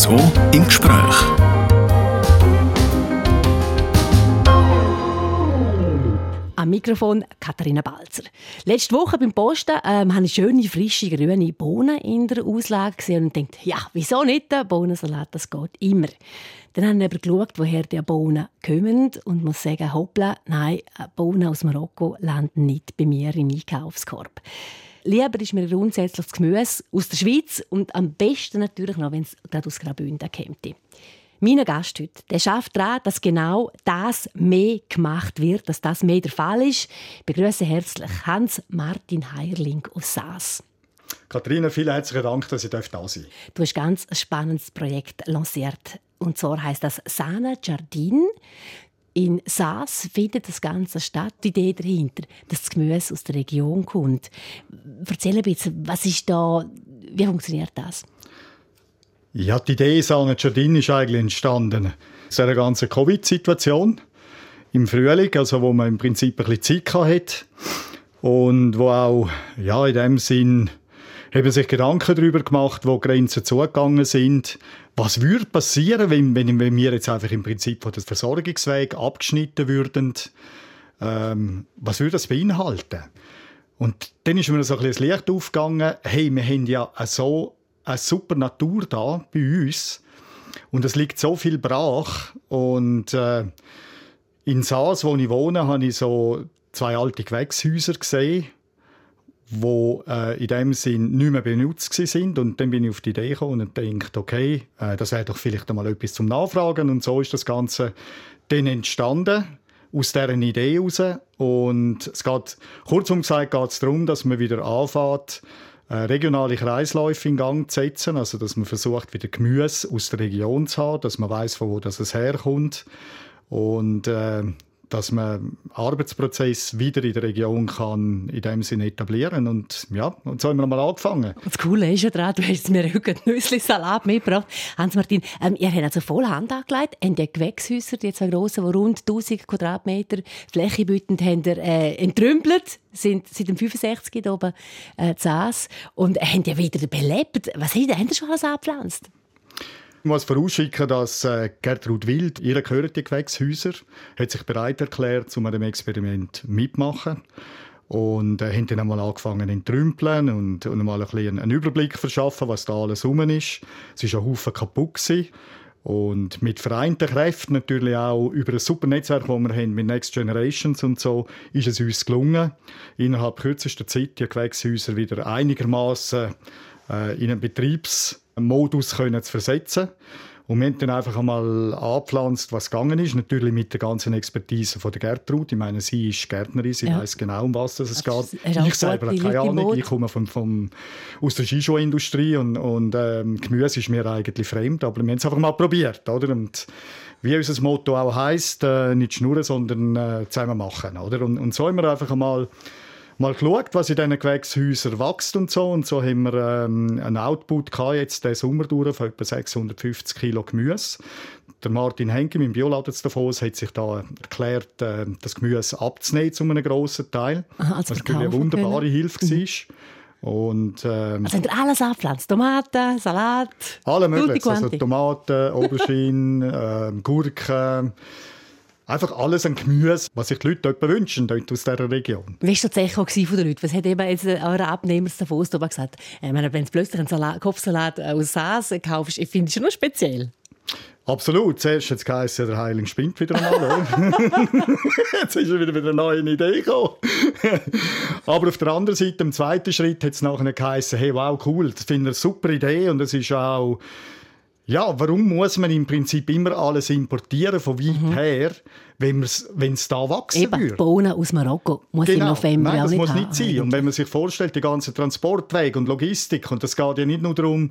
RSO im Gespräch. Am Mikrofon Katharina Balzer. Letzte Woche beim Posten habe ich schöne, frische, grüne Bohnen in der Auslage gesehen und dachte, ja, wieso nicht? Bohnensalat, das geht immer. Dann habe ich aber geschaut, woher die Bohnen kommen und muss sagen, hoppla, nein, Bohnen aus Marokko landen nicht bei mir im Einkaufskorb. Lieber ist mir grundsätzlich das Gemüse aus der Schweiz und am besten natürlich noch, wenn es gerade aus Graubünden käme. Mein Gast heute, der schafft daran, dass genau das mehr gemacht wird, dass das mehr der Fall ist. Ich begrüße herzlich Hans-Martin Heierling aus Saas. Katharina, vielen herzlichen Dank, dass ich da sein darf. Du hast ein ganz spannendes Projekt lanciert. Und zwar heisst das Sana Jardin. In Saas findet das Ganze statt. Die Idee dahinter, dass das Gemüse aus der Region kommt. Erzähl ein bisschen, was ist da, wie funktioniert das? Ja, die Idee Sana Jardin ist eigentlich entstanden aus dieser ganzen Covid-Situation im Frühling, also wo man im Prinzip ein bisschen Zeit hatte und wo auch ja, in dem Sinn haben sich Gedanken darüber gemacht, wo Grenzen zugegangen sind. Was würde passieren, wenn wir jetzt einfach im Prinzip von der Versorgungsweg abgeschnitten würden? Was würde das beinhalten? Und dann ist mir so ein bisschen das Licht aufgegangen. Hey, wir haben ja so eine super Natur da bei uns und es liegt so viel brach. Und in Saas, wo ich wohne, habe ich so 2 alte Gewächshäuser gesehen, die in dem Sinn nicht mehr benutzt sind. Und dann bin ich auf die Idee gekommen und dachte, okay, das wäre doch vielleicht einmal etwas zum Nachfragen. Und so ist das Ganze dann entstanden, aus dieser Idee heraus. Und es geht, kurzum gesagt, geht es darum, dass man wieder anfängt, regionale Kreisläufe in Gang zu setzen, also dass man versucht, wieder Gemüse aus der Region zu haben, dass man weiss, von wo das herkommt und dass man Arbeitsprozess wieder in der Region kann in dem Sinne etablieren. Und ja, und so haben wir mal angefangen. Das Coole ist ja daran, du hast mir heute Nüssli-Salat mitgebracht. Hans-Martin, ihr habt also voll Hand angelegt, habt die Gewächshäuser, die 2 grossen, die rund 1000 Quadratmeter Fläche bieten, habt ihr entrümpelt, sind seit dem 65 hier oben zu Saas und habt ihr wieder belebt. Was habt ihr schon alles angepflanzt? Ich muss vorausschicken, dass Gertrud Wild, ihr gehören die Gewächshäuser, hat sich bereit erklärt, um an dem Experiment mitzumachen. Und haben dann einmal angefangen zu entrümpeln und mal ein bisschen einen Überblick verschaffen, was da alles rum ist. Es war ein Haufen kaputt gewesen. Und mit vereinten Kräften, natürlich auch über ein super Netzwerk, das wir haben mit Next Generations und so, ist es uns gelungen, innerhalb kürzester Zeit die Gewächshäuser wieder einigermaßen in einen Betriebsmodus zu versetzen. Und wir haben dann einfach einmal angepflanzt, was gegangen ist. Natürlich mit der ganzen Expertise von der Gertrud. Ich meine, sie ist Gärtnerin, sie weiss genau, um was es geht. Ich selber habe keine Ahnung. Ich komme aus der Skischuhindustrie und Gemüse ist mir eigentlich fremd. Aber wir haben es einfach mal probiert. Oder? Und wie unser Motto auch heisst, nicht schnurren, sondern zusammen machen. Oder? Und so haben wir einfach mal geschaut, was in diesen Gewächshäusern wächst und so. Und so haben wir einen Output gehabt, jetzt diesen Sommer durch, von etwa 650 Kilo Gemüse. Der Martin Henke, mein Bioladen Davos, hat sich da erklärt, das Gemüse abzunehmen zu einem grossen Teil. Aha, was natürlich eine wunderbare Hilfe war. Und, also habt ihr alles angepflanzt? Tomaten, Salat? Alle möglichen. Also Tomaten, Aubergine, Gurken. Einfach alles an Gemüse, was sich die Leute dort wünschen, dort aus dieser Region. Wie war das Echo von den Leuten? Was hat eben jetzt eure Abnehmer davon gesagt? Wenn du plötzlich einen Kopfsalat aus Saas kaufst, ich finde es schon noch speziell. Absolut. Zuerst hat es geheißen, der Heiling spinnt wieder einmal. Jetzt ist er wieder mit einer neuen Idee gekommen. Aber auf der anderen Seite, im zweiten Schritt, hat es nachher geheißen, hey, wow, cool, das finde ich eine super Idee. Und es ist auch... Ja, warum muss man im Prinzip immer alles importieren von weit her, wenn es da wachsen würde? Eben, Bohnen aus Marokko muss im November Nein, auch das nicht muss haben. nicht sein. Und wenn man sich vorstellt, die ganzen Transportwege und Logistik, und das geht ja nicht nur darum,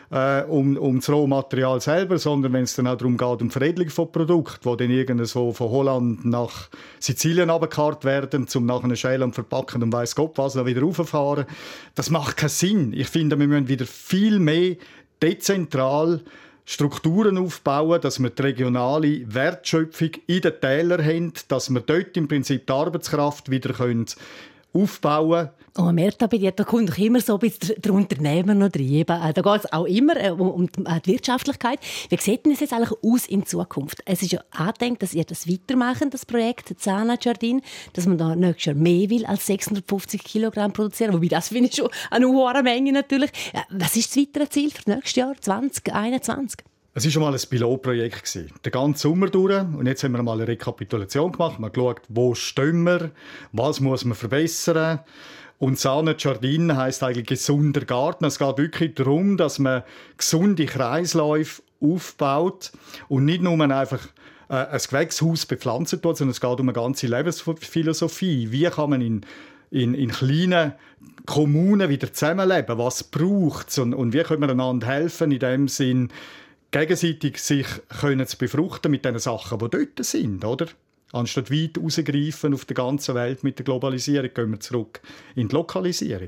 um das Rohmaterial selber, sondern wenn es dann auch darum geht, um die Veredelung von Produkten, die dann irgendwo von Holland nach Sizilien runtergekarrt werden, um nachher schälen und verpacken und weiss Gott was, dann wieder rauffahren. Das macht keinen Sinn. Ich finde, wir müssen wieder viel mehr dezentral Strukturen aufbauen, dass wir die regionale Wertschöpfung in den Tälern haben, dass wir dort im Prinzip die Arbeitskraft wieder aufbauen. Und man merkt bei dir, da kommt doch immer so ein bisschen der Unternehmer noch rein. Da geht es auch immer um die Wirtschaftlichkeit. Wie sieht denn das jetzt eigentlich aus in Zukunft? Es ist ja angedenkt, dass ihr das weitermachen, das Projekt Zana Jardin, dass man da nächstes Jahr mehr will als 650 Kilogramm produzieren. Wobei, das finde ich schon eine hohe Menge natürlich. Was ist das weitere Ziel für nächstes Jahr 2021? Es war schon mal ein Pilotprojekt. Den ganzen Sommer durch. Und jetzt haben wir mal eine Rekapitulation gemacht. Wir haben geschaut, wo stehen wir, was muss man verbessern. Und Zana Jardin heisst eigentlich gesunder Garten. Es geht wirklich darum, dass man gesunde Kreisläufe aufbaut und nicht nur einfach ein Gewächshaus bepflanzen tut, sondern es geht um eine ganze Lebensphilosophie. Wie kann man in kleinen Kommunen wieder zusammenleben? Was braucht es? Und wie können wir einander helfen, in dem Sinn, gegenseitig sich können zu befruchten mit den Sachen, die dort sind, oder? Anstatt weit rausgreifen auf der ganzen Welt mit der Globalisierung, gehen wir zurück in die Lokalisierung.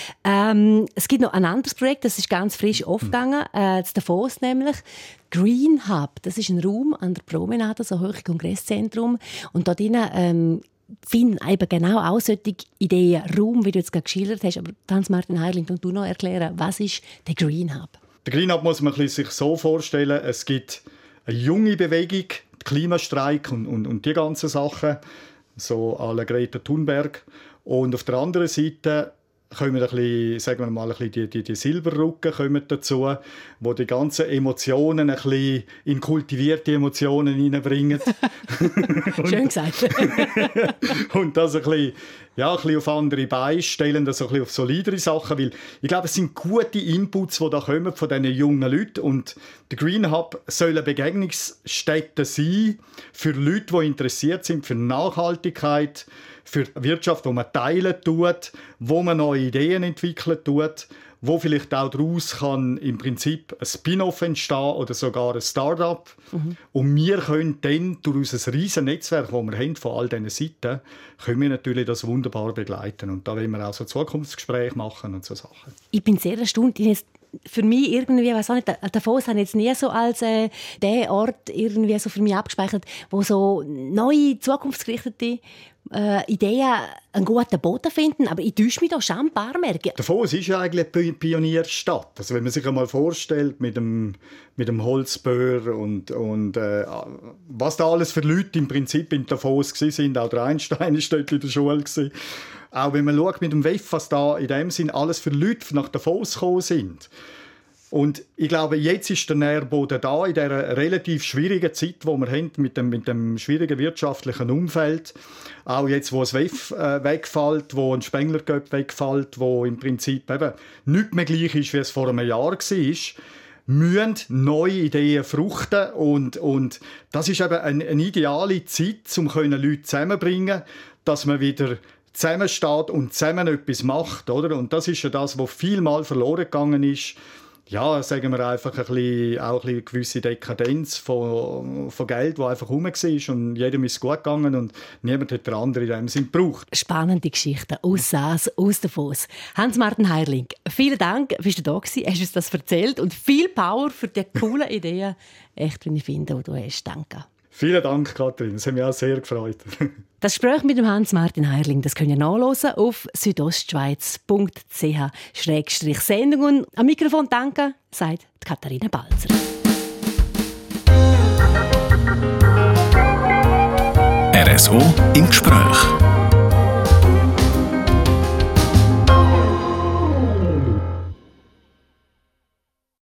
Es gibt noch ein anderes Projekt, das ist ganz frisch aufgegangen, in Davos nämlich. Green Hub, das ist ein Raum an der Promenade, so ein hohes Kongresszentrum. Und dort drinnen finden eben genau auch solche Ideen, Raum, wie du jetzt gerade geschildert hast. Aber Hans-Martin Heierling, und du noch erklären, was ist der Green Hub? Der Green Hub muss man sich so vorstellen, es gibt eine junge Bewegung, Klimastreik und die ganzen Sachen, so à la Greta Thunberg. Und auf der anderen Seite kommen sagen wir mal, die Silberrücken kommen dazu, wo die ganzen Emotionen ein bisschen in kultivierte Emotionen hineinbringen. Schön gesagt. Und das ein bisschen auf andere Beine stellen, das ein bisschen auf solidere Sachen, weil ich glaube, es sind gute Inputs, die da kommen von diesen jungen Leuten, und der Green Hub soll eine Begegnungsstätte sein für Leute, die interessiert sind für Nachhaltigkeit, für Wirtschaft, wo man teilen tut, wo man neue Ideen entwickeln tut, wo vielleicht auch daraus kann im Prinzip ein Spin-off entstehen oder sogar ein Start-up. Und wir können dann durch unser riesen Netzwerk, das wir haben von all diesen Seiten, können wir natürlich das wunderbar begleiten. Und da wollen wir auch so Zukunftsgespräche machen und so Sachen. Ich bin sehr erstaunt. Für mich irgendwie, weiß auch nicht, Davos habe ich jetzt nie so als der Ort irgendwie so für mich abgespeichert, wo so neue, zukunftsgerichtete Ideen einen guten Boden finden. Aber ich täusche mich da schon ein paar Mal. Davos ist ja eigentlich eine Pionierstadt. Also wenn man sich einmal vorstellt, mit dem Holzböhr und was da alles für Leute im Prinzip in Davos waren, auch der Einstein war dort in der Schule. Auch wenn man schaut mit dem WEF, was da in dem Sinn alles für Leute nach Davos gekommen sind. Und ich glaube, jetzt ist der Nährboden da, in dieser relativ schwierigen Zeit, die wir haben, mit dem schwierigen wirtschaftlichen Umfeld. Auch jetzt, wo das WEF wegfällt, wo ein Spengler-Cup wegfällt, wo im Prinzip eben nicht mehr gleich ist, wie es vor einem Jahr war, müssen neue Ideen fruchten. Und das ist eben eine ideale Zeit, um Leute zusammenzubringen, dass man wieder zusammensteht und zusammen etwas macht, oder? Und das ist ja das, was vielmal verloren gegangen ist. Ja, sagen wir einfach auch eine gewisse Dekadenz von Geld, die einfach rum war und jedem ist es gut gegangen und niemand hat den anderen in dem Sinn gebraucht. Spannende Geschichten aus Saas, aus Davos. Hans-Martin Heierling, vielen Dank, bist du da gewesen, hast uns das erzählt und viel Power für die coolen Ideen, echt, wie ich finde, die du hast. Danke. Vielen Dank, Katrin. Das hat mich auch sehr gefreut. Das Gespräch mit dem Hans-Martin Heierling, das könnt ihr nachhören auf südostschweiz.ch/Sendung. Und am Mikrofon danke, sagt Katharina Balzer. RSO im Gespräch.